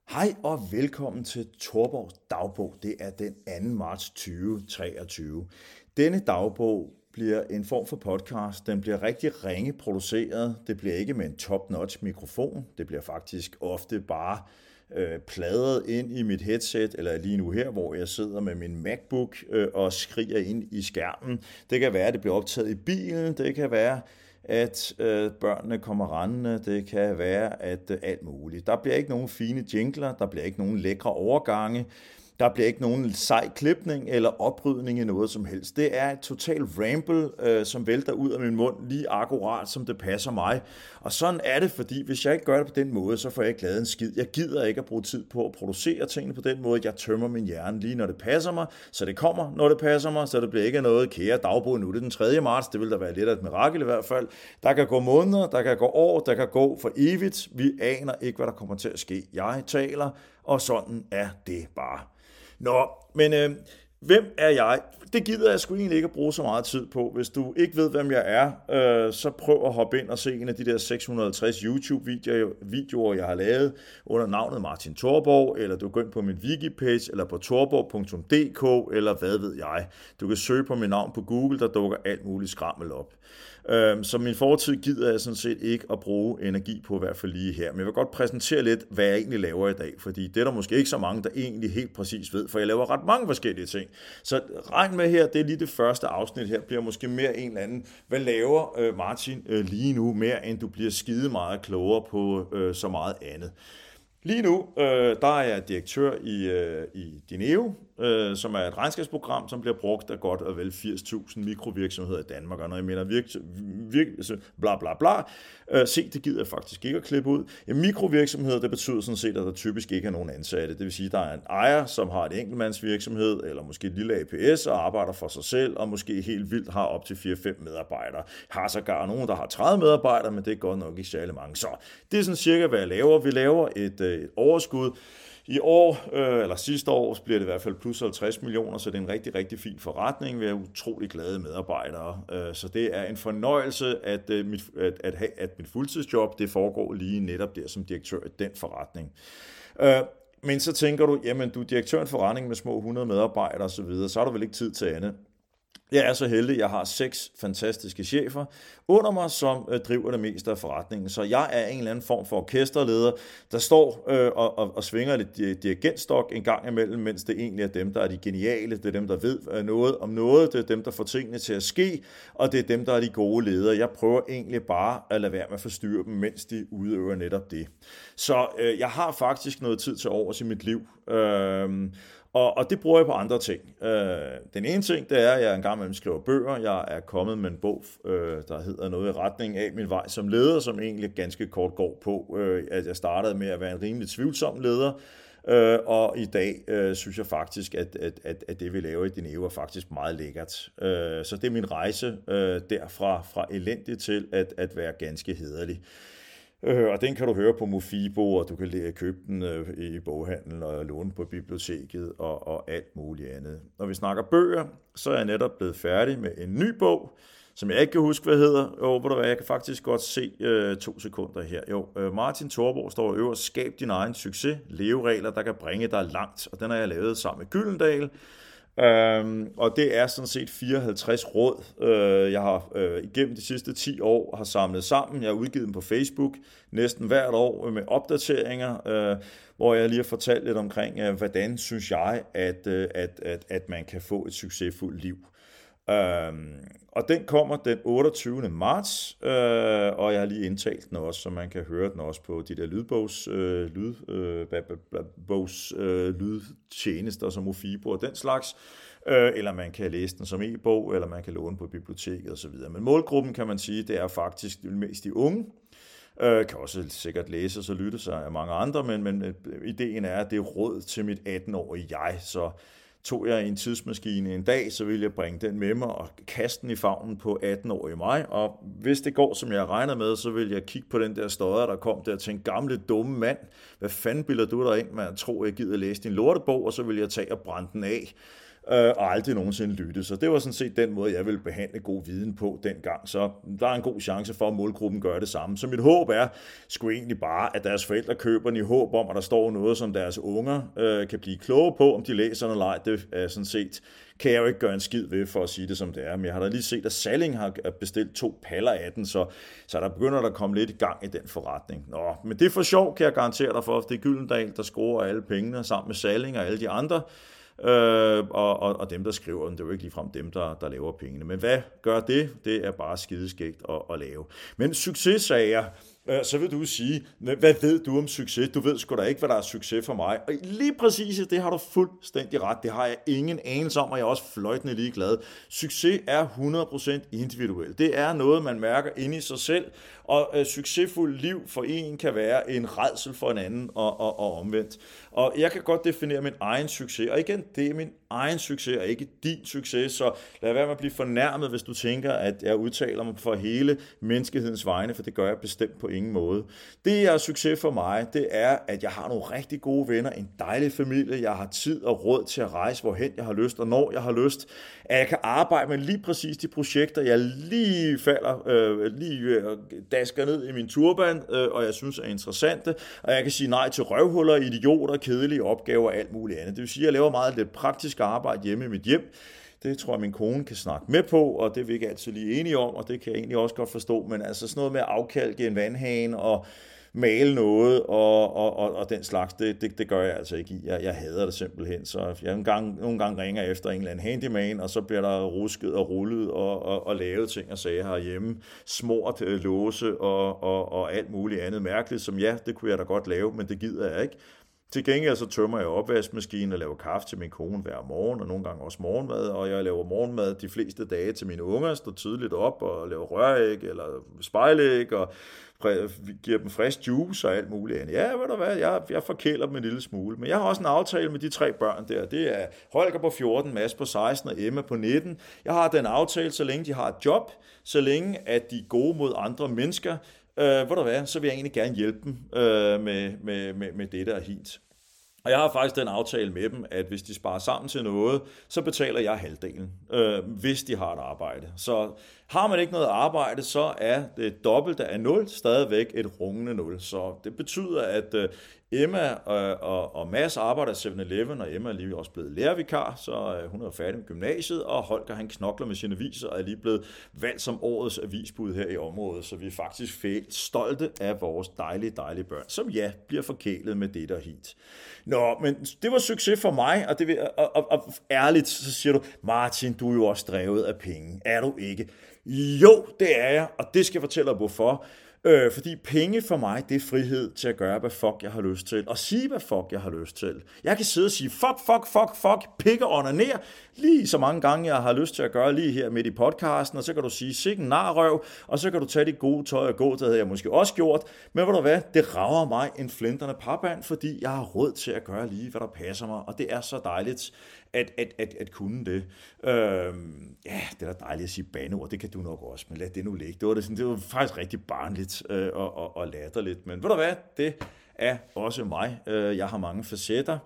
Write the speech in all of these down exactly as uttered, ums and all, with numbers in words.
Hej og velkommen til Thorborgs dagbog. Det er den anden marts tyve treogtyve. Denne dagbog bliver en form for podcast. Den bliver rigtig ringe produceret. Det bliver ikke med en top-notch mikrofon. Det bliver faktisk ofte bare øh, pladret ind i mit headset, eller lige nu her, hvor jeg sidder med min MacBook øh, og skriger ind i skærmen. Det kan være, at det bliver optaget i bilen. Det kan være, at øh, børnene kommer rendende, det kan være, at øh, alt muligt. Der bliver ikke nogen fine jingler, der bliver ikke nogen lækre overgange, der bliver ikke nogen sej klipning eller oprydning i noget som helst. Det er et total ramble, øh, som vælter ud af min mund lige akkurat, som det passer mig. Og sådan er det, fordi hvis jeg ikke gør det på den måde, så får jeg ikke lavet en skid. Jeg gider ikke at bruge tid på at producere tingene på den måde. Jeg tømmer min hjerne lige når det passer mig, så det kommer, når det passer mig, så det bliver ikke noget kære dagbog nu. Det er den tredje marts, det vil der være lidt af et mirakel i hvert fald. Der kan gå måneder, der kan gå år, der kan gå for evigt. Vi aner ikke, hvad der kommer til at ske. Jeg taler, og sådan er det bare. Nå, men øh, hvem er jeg? Det gider jeg sgu egentlig ikke at bruge så meget tid på. Hvis du ikke ved, hvem jeg er, øh, så prøv at hoppe ind og se en af de der seks hundrede og halvtreds YouTube-videoer, videoer, jeg har lavet under navnet Martin Thorborg, eller du går ind på min wikipage, eller på thorborg punktum d k, eller hvad ved jeg. Du kan søge på mit navn på Google, der dukker alt muligt skrammel op. Så min fortid gider jeg sådan set ikke at bruge energi på, i hvert fald lige her. Men jeg vil godt præsentere lidt, hvad jeg egentlig laver i dag, fordi det er der måske ikke så mange, der egentlig helt præcis ved, for jeg laver ret mange forskellige ting. Så regn med her, det er lige det første afsnit her, bliver måske mere en eller anden, hvad laver Martin lige nu, mere end du bliver skide meget klogere på så meget andet. Lige nu, øh, der er jeg direktør i, øh, i Dineo, øh, som er et regnskabsprogram, som bliver brugt af godt og vel firs tusind mikrovirksomheder i Danmark. Og når jeg mener virks- virks- bla bla bla, øh, se, det gider jeg faktisk ikke at klippe ud. Ja, mikrovirksomheder, det betyder sådan set, at der typisk ikke er nogen ansatte. Det vil sige, at der er en ejer, som har et enkeltmandsvirksomhed, eller måske et lille A P S, og arbejder for sig selv, og måske helt vildt har op til fire til fem medarbejdere. Har sågar nogen, der har tredive medarbejdere, men det er godt nok ikke særlig mange. Så det er sådan cirka, hvad jeg laver. Vi laver et et overskud. I år, øh, eller sidste år, bliver det i hvert fald plus halvtreds millioner, så det er en rigtig, rigtig fin forretning. Vi er utrolig glade medarbejdere, øh, så det er en fornøjelse, at, øh, mit, at, at, have, at mit fuldtidsjob, det foregår lige netop der som direktør i den forretning. Øh, men så tænker du, jamen du er direktør i en forretning med små hundrede medarbejdere osv., så, videre, så har du vel ikke tid til andet. Jeg er så heldig, at jeg har seks fantastiske chefer under mig, som øh, driver det meste af forretningen. Så jeg er en eller anden form for orkesterleder, der står øh, og, og, og svinger lidt dirigentstok en gang imellem, mens det egentlig er dem, der er de geniale, det er dem, der ved noget om noget, det er dem, der får tingene til at ske, og det er dem, der er de gode ledere. Jeg prøver egentlig bare at lade være med at forstyrre dem, mens de udøver netop det. Så øh, jeg har faktisk noget tid til overs i mit liv. Øh, Og, og det bruger jeg på andre ting. Øh, den ene ting, det er, at jeg engang imellem skriver bøger. Jeg er kommet med en bog, øh, der hedder noget i retning af min vej som leder, som egentlig ganske kort går på, øh, at jeg startede med at være en rimelig tvivlsom leder. Øh, og i dag øh, synes jeg faktisk, at, at, at, at det vi laver i Dineo er faktisk meget lækkert. Øh, så det er min rejse øh, derfra fra elendig til at, at være ganske hæderlig. Øh, og den kan du høre på Mofibo, og du kan købe den øh, i boghandlen og låne på biblioteket og, og alt muligt andet. Når vi snakker bøger, så er jeg netop blevet færdig med en ny bog, som jeg ikke kan huske, hvad hedder. Jo, hvor jeg kan faktisk godt se øh, to sekunder her. Jo, øh, Martin Thorborg står øverst, skab din egen succes, leveregler, der kan bringe dig langt. Og den har jeg lavet sammen med Gyldendal. Øhm, og det er sådan set fireoghalvtreds råd, øh, jeg har øh, igennem de sidste ti år har samlet sammen. Jeg har udgivet dem på Facebook næsten hvert år med opdateringer, øh, hvor jeg lige har fortalt lidt omkring, øh, hvordan synes jeg, at, øh, at, at, at man kan få et succesfuldt liv. Øhm, og den kommer den otteogtyvende marts, øh, og jeg har lige indtalt den også, så man kan høre den også på de der lydbogs, øh, lyd, øh, bogs, øh, lydtjenester som Mofibo og den slags, øh, eller man kan læse den som e-bog, eller man kan låne på biblioteket osv. Men målgruppen, kan man sige, det er faktisk mest de unge. Øh, kan også sikkert læses og lytte sig af mange andre, men, men ideen er, at det er råd til mit atten-årige jeg, så tog jeg en tidsmaskine en dag, så ville jeg bringe den med mig og kaste den i favnen på atten-årige mig. Og hvis det går, som jeg regner med, så vil jeg kigge på den der støder, der kom der til en gamle, dumme mand. Hvad fanden bilder du dig ind, man tror, jeg gider læse din lortebog, og så vil jeg tage og brænde den af. og aldrig nogensinde lytte. Så det var sådan set den måde, jeg ville behandle god viden på dengang. Så der er en god chance for, at målgruppen gør det samme. Så mit håb er sgu egentlig bare, at deres forældre køber den i håb om, at der står noget, som deres unger øh, kan blive kloge på, om de læser eller ej. Det er sådan set, kan jeg jo ikke gøre en skid ved for at sige det som det er. Men jeg har da lige set, at Salling har bestilt to paller af den, så, så der begynder der at komme lidt i gang i den forretning. Nå, men det er for sjov, kan jeg garantere dig for. Det er Gyldendal, der scorer alle pengene sammen med Salling og alle de andre. Øh, og, og, og dem, der skriver den, det er jo ikke ligefrem dem, der, der laver pengene. Men hvad gør det? Det er bare skideskægt at, at lave. Men successager, øh, så vil du sige, hvad ved du om succes? Du ved sgu da ikke, hvad der er succes for mig. Og lige præcis det har du fuldstændig ret. Det har jeg ingen anelse om, og jeg er også fløjtende ligeglad. Succes er hundrede procent individuelt. Det er noget, man mærker inde i sig selv, og øh, succesfuldt liv for en kan være en rædsel for en anden, og, og, og omvendt. Og jeg kan godt definere min egen succes, og igen, det er min egen succes, og ikke din succes, så lad være med at blive fornærmet, hvis du tænker, at jeg udtaler mig for hele menneskehedens vegne, for det gør jeg bestemt på ingen måde. Det er succes for mig, det er, at jeg har nogle rigtig gode venner, en dejlig familie, jeg har tid og råd til at rejse, hvorhen jeg har lyst, og når jeg har lyst, at jeg kan arbejde med lige præcis de projekter, jeg lige falder, øh, lige øh, dasker ned i min turban, øh, og jeg synes er interessante, og jeg kan sige nej til røvhuller, idioter, kedelige opgaver og alt muligt andet. Det vil sige, at jeg laver meget lidt praktisk arbejde hjemme i mit hjem. Det tror jeg, min kone kan snakke med på, og det er vi ikke altid lige enige om, og det kan jeg egentlig også godt forstå, men altså sådan noget med at afkalke en vandhane og male noget og, og, og, og den slags, det, det, det gør jeg altså ikke i. Jeg, jeg hader det simpelthen, så jeg en gang, nogle gange ringer efter en eller anden handyman, og så bliver der rusket og rullet og, og, og lavet ting og sager herhjemme. Smurt øh, låse og, og, og alt muligt andet mærkeligt, som ja, det kunne jeg da godt lave, men det gider jeg ikke. Til gengæld så tømmer jeg opvaskemaskinen og laver kaffe til min kone hver morgen, og nogle gange også morgenmad, og jeg laver morgenmad de fleste dage til mine unger, står tidligt op og laver røræg eller spejlæg, og giver dem frisk juice og alt muligt andet. Ja, ved du hvad, jeg, jeg forkæler dem en lille smule, men jeg har også en aftale med de tre børn der. Det er Holger på fjorten, Mads på seksten og Emma på nitten. Jeg har den aftale, så længe de har et job, så længe at de er gode mod andre mennesker, Øh, ved du hvad, så vil jeg egentlig gerne hjælpe dem øh, med, med, med, med det der hit. Og jeg har faktisk den aftale med dem, at hvis de sparer sammen til noget, så betaler jeg halvdelen, øh, hvis de har et arbejde. Så har man ikke noget arbejde, så er det dobbelte af nul stadigvæk et rungende nul. Så det betyder, at øh, Emma og, og, og Mads arbejder i seven eleven, og Emma er lige også blevet lærervikar, så øh, hun er færdig med gymnasiet, og Holger han knokler med sine aviser og er lige blevet valgt som årets avisbud her i området, så vi er faktisk stolte af vores dejlige, dejlige børn, som ja, bliver forkælet med det der hit. Nå, men det var succes for mig, og, det, og, og, og ærligt, så siger du, Martin, du er jo også drevet af penge, er du ikke? Jo, det er jeg, og det skal jeg fortælle dig, hvorfor. Øh, fordi penge for mig, det er frihed til at gøre, hvad fuck jeg har lyst til, og sige, hvad fuck jeg har lyst til. Jeg kan sidde og sige, fuck, fuck, fuck, fuck, pikke og onaner, lige så mange gange, jeg har lyst til at gøre lige her midt i podcasten, og så kan du sige, sikke en narrøv, og så kan du tage dit gode tøj og gå, det havde jeg måske også gjort, men ved du hvad, det rager mig en flinterne papband, fordi jeg har råd til at gøre lige, hvad der passer mig, og det er så dejligt, at, at, at, at kunne det. Øhm, ja, det er da dejligt at sige bandeord, det kan du nok også, men lad det nu ligge. Det var, det sådan, det var faktisk rigtig barnligt øh, og, og, og latterligt, men ved du hvad, det er også mig. Jeg har mange facetter,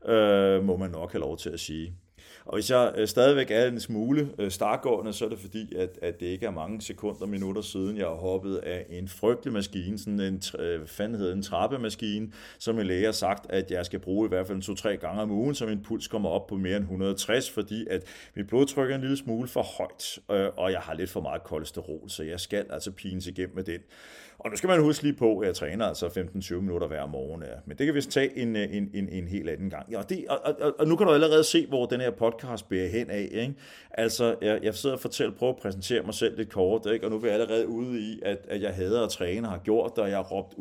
øh, må man nok have lov til at sige. Og hvis jeg øh, stadigvæk er en smule øh, startgående, så er det fordi, at, at det ikke er mange sekunder, minutter siden, jeg har hoppet af en frygtelig maskine, sådan en, øh, fanden hedder en trappemaskine, som en læge har sagt, at jeg skal bruge i hvert fald to-tre gange om ugen, så min puls kommer op på mere end et hundrede og tres, fordi at mit blodtryk er en lille smule for højt, øh, og jeg har lidt for meget kolesterol, så jeg skal altså pines igennem med den. Og nu skal man huske lige på, at jeg træner altså femten til tyve minutter hver morgen. Ja. Men det kan vi tage en, en, en, en helt anden gang. Ja, det, og, og, og nu kan du allerede se, hvor den her podcast bærer hen af. Ikke? Altså, jeg, jeg sidder og fortæller, prøver at præsentere mig selv lidt kort, ikke? Og nu er jeg allerede ude i, at, at jeg hader at træne og har gjort det, og jeg har råbt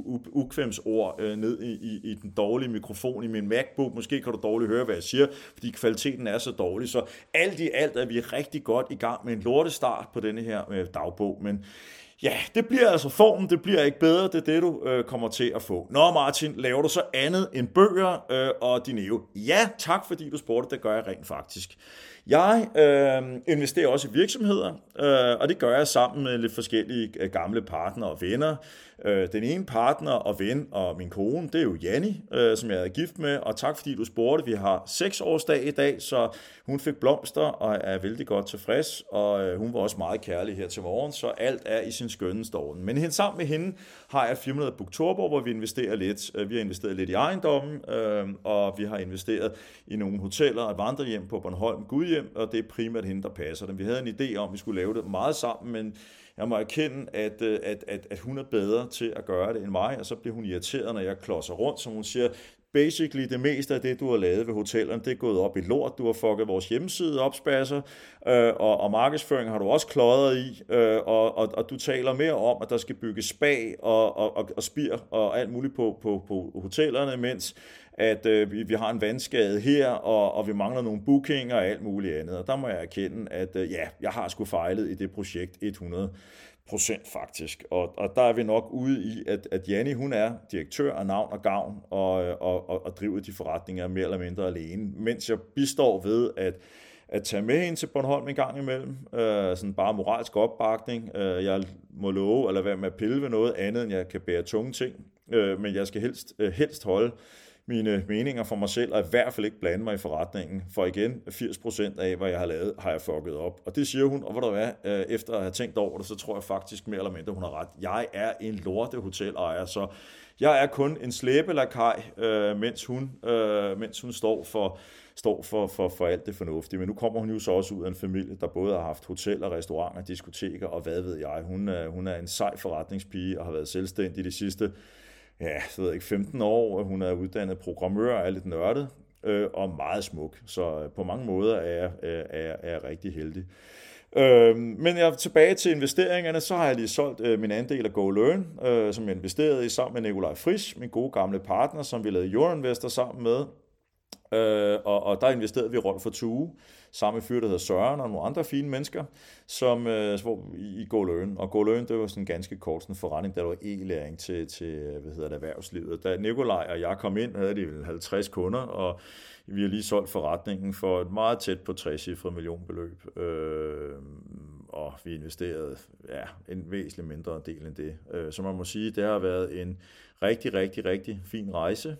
ukvemsord øh, ned i, i, i den dårlige mikrofon i min MacBook. Måske kan du dårligt høre, hvad jeg siger, fordi kvaliteten er så dårlig. Så alt i alt er vi rigtig godt i gang med en lortestart på denne her øh, dagbog, men ja, det bliver altså formen, det bliver ikke bedre, det er det, du øh, kommer til at få. Nå Martin, laver du så andet end bøger øh, og Dineo? Ja, tak fordi du spurgte, det gør jeg rent faktisk. Jeg øh, investerer også i virksomheder, øh, og det gør jeg sammen med lidt forskellige øh, gamle partnere og venner. Øh, den ene partner og ven og min kone, det er jo Janni, øh, som jeg er gift med, og tak fordi du spurgte. Vi har seks årsdag i dag, så hun fik blomster og er vældig godt tilfreds, og øh, hun var også meget kærlig her til morgen, så alt er i sin skønneste orden. Men hen sammen med hende har jeg firmaet Booktorborg, hvor vi investerer lidt. Vi har investeret lidt i ejendommen, øh, og vi har investeret i nogle hoteller og vandrehjem på Bornholm Gudhjem, og det er primært hende, der passer dem. Vi havde en idé om, at vi skulle lave det meget sammen, men jeg må erkende, at, at, at, at hun er bedre til at gøre det end mig, og så bliver hun irriteret, når jeg klodser rundt, som hun siger, basically det meste af det, du har lavet ved hotellerne, det er gået op i lort. Du har fucket vores hjemmeside op, Spasser, øh, og, og markedsføring har du også klodret i, øh, og, og, og du taler mere om, at der skal bygges spa og, og, og, og spir og alt muligt på, på, på hotellerne, mens at øh, vi, vi har en vandskade her, og, og vi mangler nogle bookinger og alt muligt andet. Og der må jeg erkende, at øh, ja, jeg har sgu fejlet i det projekt hundrede procent faktisk. Og, og der er vi nok ude i, at, at Janni, hun er direktør af navn og gavn, og, og, og, og driver de forretninger mere eller mindre alene, mens jeg bistår ved at, at tage med hende til Bornholm en gang imellem, øh, sådan bare moralsk opbakning. Øh, jeg må love at lade være med at pille ved noget andet, end jeg kan bære tunge ting, øh, men jeg skal helst, øh, helst holde mine meninger for mig selv, og i hvert fald ikke blande mig i forretningen, for igen, firs procent af, hvad jeg har lavet, har jeg fucket op. Og det siger hun, og hvad der er, efter at have tænkt over det, så tror jeg faktisk mere eller mindre, hun har ret. Jeg er en lorte hotelejer, så jeg er kun en slæbelakaj, øh, mens hun, øh, mens hun står for står for, for, for alt det fornuftige. Men nu kommer hun jo så også ud af en familie, der både har haft hoteller, restauranter, diskoteker, og hvad ved jeg. Hun, hun er en sej forretningspige, og har været selvstændig de sidste ja, så ved jeg ikke, femten år. Hun er uddannet programmør, er lidt nørdet, øh, og meget smuk. Så på mange måder er jeg, er, er jeg rigtig heldig. Øh, men jeg er tilbage til investeringerne, så har jeg lige solgt øh, min andel af GoLearn, øh, som jeg investerede i sammen med Nikolaj Frisch, min gode gamle partner, som vi lavede Euroinvestor sammen med. Øh, og, og der investerede vi i Rolf og Tue, sammen med fyr, der hedder Søren og nogle andre fine mennesker, som øh, i, i GoLearn. Og GoLearn, det var sådan en ganske kort sådan forretning, der var e-læring til, til hvad hedder det, erhvervslivet. Da Nikolaj og jeg kom ind, havde de halvtreds kunder, og vi har lige solgt forretningen for et meget tæt på trecifret millionbeløb. Øh, og vi investerede ja, en væsentlig mindre del end det. Øh, så man må sige, det har været en rigtig, rigtig, rigtig fin rejse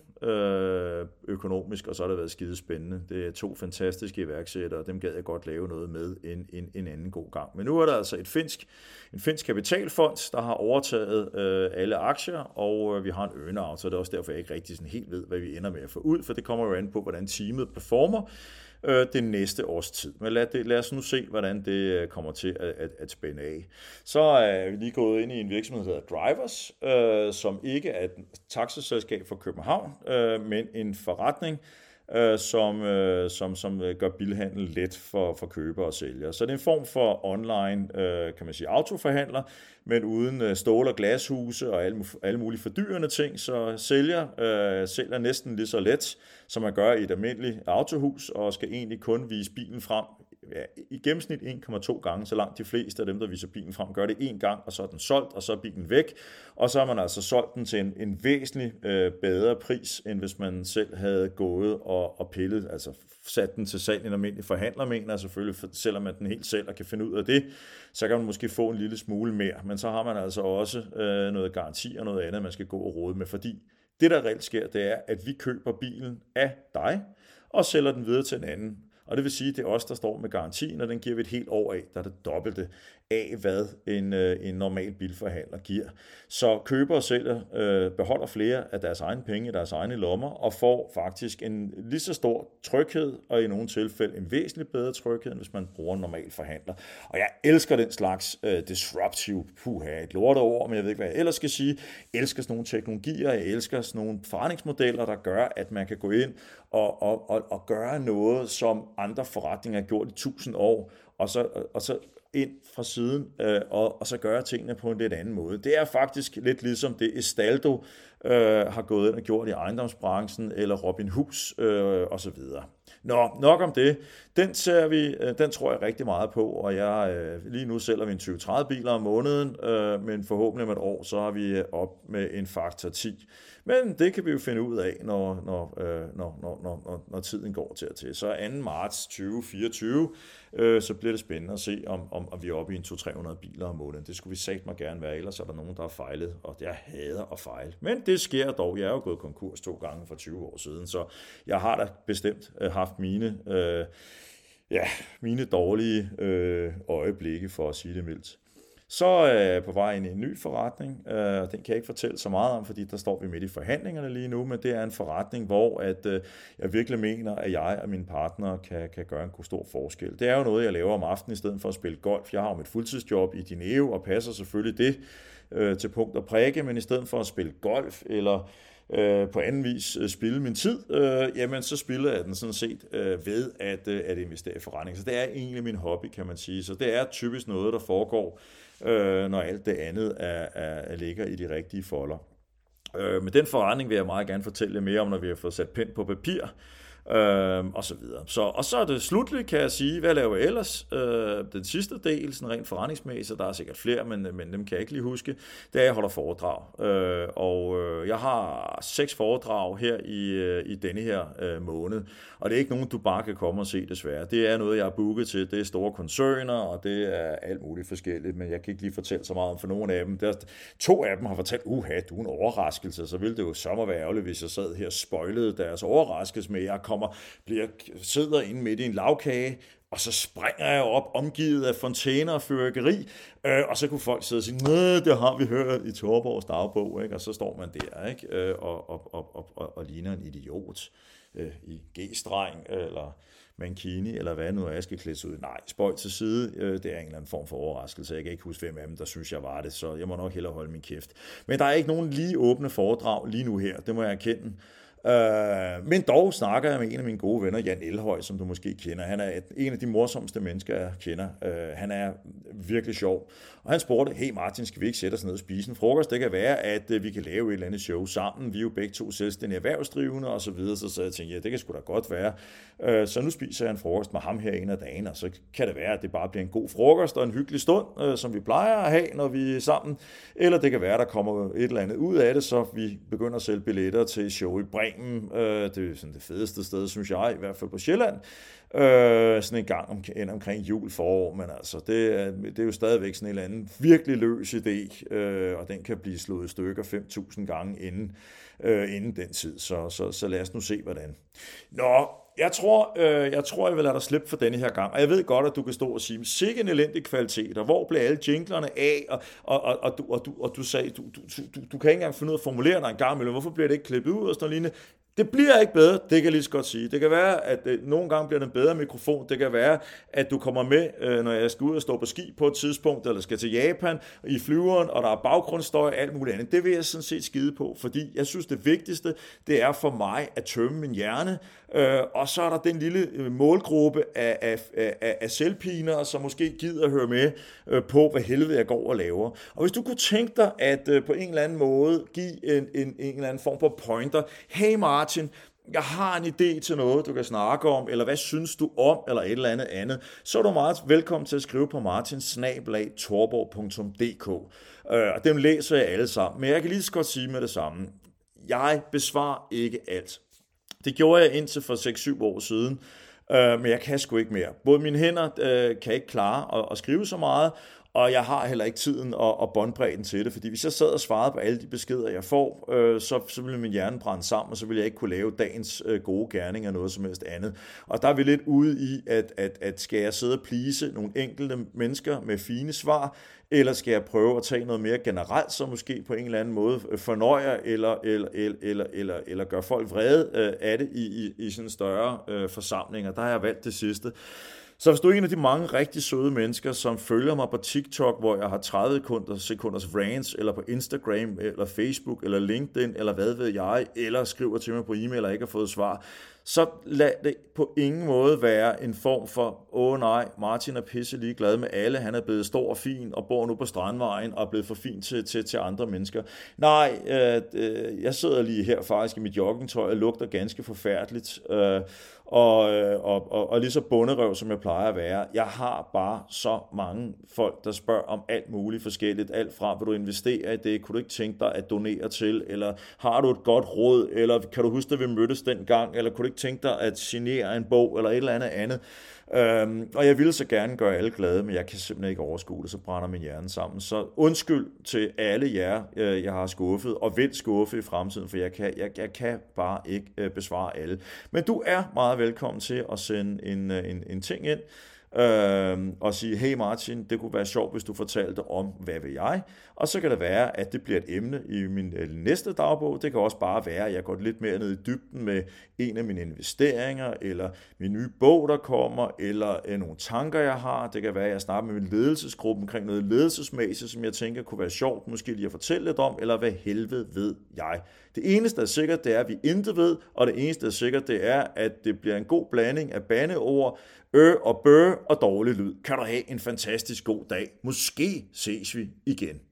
øh, økonomisk, og så har det været skidespændende. Det er to fantastiske iværksættere, og dem gad jeg godt lave noget med en, en, en anden god gang. Men nu er der altså et finsk, en finsk kapitalfond, der har overtaget øh, alle aktier, og øh, vi har en earn-out, så det er også derfor, jeg ikke rigtig sådan helt ved, hvad vi ender med at få ud, for det kommer jo an på, hvordan teamet performer øh, det næste års tid. Men lad, det, lad os nu se, hvordan det kommer til at, at, at spænde af. Så er vi lige gået ind i en virksomhed, der hedder Drivers, øh, som ikke er et taxaselskab for København, øh, men en forretning, øh, som, øh, som, som gør bilhandel let for, for købere og sælgere. Så det er en form for online, øh, kan man sige, autoforhandler, men uden stål- og glashuse og alle, alle mulige fordyrende ting, så sælger, øh, sælger næsten lige så let, som man gør i et almindeligt autohus, og skal egentlig kun vise bilen frem ja, i gennemsnit en komma to gange, så langt de fleste af dem, der viser bilen frem, gør det en gang, og så er den solgt, og så er bilen væk, og så har man altså solgt den til en, en væsentlig øh, bedre pris, end hvis man selv havde gået og, og pillet, altså sat den til salg i en almindelig forhandler, mener selvfølgelig, selvom man den helt selv og kan finde ud af det, så kan man måske få en lille smule mere, men så har man altså også øh, noget garanti og noget andet, man skal gå og rode med, fordi det, der reelt sker, det er, at vi køber bilen af dig, og sælger den videre til en anden. Og det vil sige, at det er os, der står med garantien, og den giver vi et helt år af, der er det dobbelte af, hvad en, en normal bilforhandler giver. Så køber og sælger øh, beholder flere af deres egne penge i deres egne lommer, og får faktisk en lige så stor tryghed, og i nogle tilfælde en væsentligt bedre tryghed, end hvis man bruger en normal forhandler. Og jeg elsker den slags øh, disruptive, puha, et lorteord, men jeg ved ikke, hvad jeg ellers skal sige. Jeg elsker sådan nogle teknologier, jeg elsker sådan nogle forretningsmodeller, der gør, at man kan gå ind og, og, og, og gøre noget, som andre forretninger har gjort i tusind år, og så, og så ind fra siden, øh, og, og så gøre tingene på en lidt anden måde. Det er faktisk lidt ligesom det Estaldo øh, har gået ind og gjort i ejendomsbranchen, eller Robin Hus øh, osv. Nå, nok om det. Den ser vi, øh, den tror jeg rigtig meget på, og jeg øh, lige nu sælger vi en tyve til tredive biler om måneden, øh, men forhåbentlig om et år, så har vi op med en faktor ti. Men det kan vi jo finde ud af, når, når, øh, når, når, når, når tiden går til og til. Så anden marts tyve fireogtyve, øh, så bliver det spændende at se, om, om, om vi er oppe i en to til tre hundrede biler om måneden. Det skulle vi sagt mig gerne være, ellers er der nogen, der har fejlet, og jeg hader at fejle. Men det sker dog. Jeg er jo gået konkurs to gange for tyve år siden, så jeg har da bestemt øh, haft mine, øh, ja, mine dårlige øh, øjeblikke, for at sige det mildt. Så er jeg på vej ind i en ny forretning, øh, den kan jeg ikke fortælle så meget om, fordi der står vi midt i forhandlingerne lige nu, men det er en forretning, hvor at, øh, jeg virkelig mener, at jeg og mine partnere kan, kan gøre en god stor forskel. Det er jo noget, jeg laver om aftenen i stedet for at spille golf. Jeg har jo mit fuldtidsjob i Dineo og passer selvfølgelig det øh, til punkt og prikke, men i stedet for at spille golf eller Øh, på anden vis øh, spille min tid, øh, jamen så spiller jeg den sådan set øh, ved at, øh, at investere i forretning. Så det er egentlig min hobby, kan man sige. Så det er typisk noget, der foregår, øh, når alt det andet er, er, ligger i de rigtige folder. Øh, men den forretning vil jeg meget gerne fortælle mere om, når vi har fået sat pen på papir. Øhm, og så videre. Så, og så er det slutligt, kan jeg sige, hvad laver jeg ellers? Øh, den sidste del, sådan rent forretningsmæssigt, der er sikkert flere, men, men dem kan jeg ikke lige huske, det er, at jeg holder foredrag. Øh, og øh, jeg har seks foredrag her i, øh, i denne her øh, måned, og det er ikke nogen, du bare kan komme og se, desværre. Det er noget, jeg har booket til. Det er store koncerner, og det er alt muligt forskelligt, men jeg kan ikke lige fortælle så meget om for nogle af dem. Der, to af dem har fortalt, uha, du er en overraskelse, så ville det jo sommer være ærgerligt, hvis jeg sad her og spoilede deres overraskelse med, jeg kommer, bliver, sidder inde midt i en lavkage, og så springer jeg op, omgivet af fontæner og fyrværkeri, øh, og så kunne folk sidde og sige, nej, det har vi hørt i Thorborgs dagbog, ikke? Og så står man der, ikke? Øh, og, og, og, og, og, og ligner en idiot øh, i G-streng, eller mankini, eller hvad nu jeg skal klædes ud. Nej, spøj til side, øh, det er en eller anden form for overraskelse. Jeg kan ikke huske, hvem af dem, der synes, jeg var det, så jeg må nok hellere holde min kæft. Men der er ikke nogen lige åbne foredrag lige nu her, det må jeg erkende. Uh, men dog snakker jeg med en af mine gode venner, Jan Elhøj, som du måske kender. Han er et, en af de morsomste mennesker, jeg kender. Uh, han er virkelig sjov. Og han spurgte, hey Martin, skal vi ikke sætte os ned og spise en frokost? Det kan være, at uh, vi kan lave et eller andet show sammen. Vi er jo begge to selvstændige erhvervsdrivende og så videre. Så, så jeg tænkte, ja, det kan sgu da godt være. Uh, så nu spiser jeg en frokost med ham her en af dagen, og så kan det være, at det bare bliver en god frokost og en hyggelig stund, uh, som vi plejer at have, når vi er sammen. Eller det kan være, at der kommer et eller andet ud af det, så vi begynder at sælge billetter til show i Bremen. Det er sådan det fedeste sted, synes jeg, i hvert fald på Sjælland. Øh, sådan en gang om, omkring jul forår, men altså, det er, det er jo stadigvæk sådan en eller anden virkelig løs idé, øh, og den kan blive slået i stykker fem tusind gange inden, øh, inden den tid, så, så, så lad os nu se, hvordan. Nå, jeg tror, øh, jeg tror, jeg vil lade dig slippe for denne her gang, og jeg ved godt, at du kan stå og sige, sikke en elendig kvalitet, og hvor blev alle jinglerne af, og, og, og, og, du, og, du, og du sagde, du, du, du, du kan ikke engang finde ud af at formulere dig en gang imellem, hvorfor bliver det ikke klippet ud og sådan noget lignende? Det bliver ikke bedre, det kan jeg lige så godt sige. Det kan være, at øh, nogle gange bliver det en bedre mikrofon. Det kan være, at du kommer med, øh, når jeg skal ud og stå på ski på et tidspunkt, eller skal til Japan i flyveren, og der er baggrundsstøj og alt muligt andet. Det vil jeg sådan set skide på, fordi jeg synes, det vigtigste, det er for mig at tømme min hjerne. Øh, og så er der den lille målgruppe af, af, af, af selvpiner, som måske gider at høre med øh, på, hvad helvede jeg går og laver. Og hvis du kunne tænke dig, at øh, på en eller anden måde give en, en, en eller anden form for pointer, hey Martin, jeg har en idé til noget, du kan snakke om, eller hvad synes du om, eller et eller andet andet, så er du meget velkommen til at skrive på martin snabel-a thorborg punktum d k. Øh, og dem læser jeg alle sammen, men jeg kan lige så godt sige med det samme. Jeg besvarer ikke alt. Det gjorde jeg indtil for seks syv år siden, øh, men jeg kan sgu ikke mere. Både mine hænder øh, kan ikke klare at, at skrive så meget, og jeg har heller ikke tiden og, og båndbredden til det, fordi hvis jeg sad og svarede på alle de beskeder, jeg får, øh, så, så ville min hjerne brænde sammen, og så ville jeg ikke kunne lave dagens øh, gode gerning og noget som helst andet. Og der er vi lidt ude i, at, at, at skal jeg sidde og please nogle enkelte mennesker med fine svar, eller skal jeg prøve at tage noget mere generelt, så måske på en eller anden måde fornøjer eller, eller, eller, eller, eller, eller gør folk vrede øh, af det i, i, i sådan større øh, forsamlinger. Der har jeg valgt det sidste. Så hvis du er en af de mange rigtig søde mennesker, som følger mig på TikTok, hvor jeg har tredive sekunders rants, eller på Instagram, eller Facebook, eller LinkedIn, eller hvad ved jeg, eller skriver til mig på e-mail, og ikke har fået svar, så lad det på ingen måde være en form for, åh nej, Martin er pisse ligeglad med alle, han er blevet stor og fin, og bor nu på Strandvejen, og er blevet for fin til, til, til andre mennesker. Nej, øh, øh, jeg sidder lige her faktisk i mit joggingtøj, og lugter ganske forfærdeligt, øh, og, og, og, og lige så bunderøv, som jeg plejer at være. Jeg har bare så mange folk, der spørger om alt muligt forskelligt, alt fra, vil du investere i det, kunne du ikke tænke dig at donere til, eller har du et godt råd, eller kan du huske, at vi mødtes dengang, eller kunne du ikke tænke dig at signere en bog, eller et eller andet andet. Øhm, og jeg ville så gerne gøre alle glade, men jeg kan simpelthen ikke overskue det, så brænder min hjerne sammen. Så undskyld til alle jer, øh, jeg har skuffet, og vil skuffe i fremtiden, for jeg kan, jeg, jeg kan bare ikke øh, besvare alle. Men du er meget velkommen til at sende en, en, en ting ind, Øh, og sige, hey Martin, det kunne være sjovt, hvis du fortalte om, hvad vil jeg? Og så kan det være, at det bliver et emne i min øh, næste dagbog. Det kan også bare være, at jeg går lidt mere ned i dybden med en af mine investeringer, eller min nye bog, der kommer, eller øh, nogle tanker, jeg har. Det kan være, at jeg snakker med min ledelsesgruppe omkring noget ledelsesmæssigt, som jeg tænker kunne være sjovt, måske lige at fortælle lidt om, eller hvad helvede ved jeg. Det eneste, der er sikkert, det er, at vi intet ved, og det eneste, der er sikkert, det er, at det bliver en god blanding af bandeord, ø og bø og dårlig lyd. Kan du have en fantastisk god dag. Måske ses vi igen.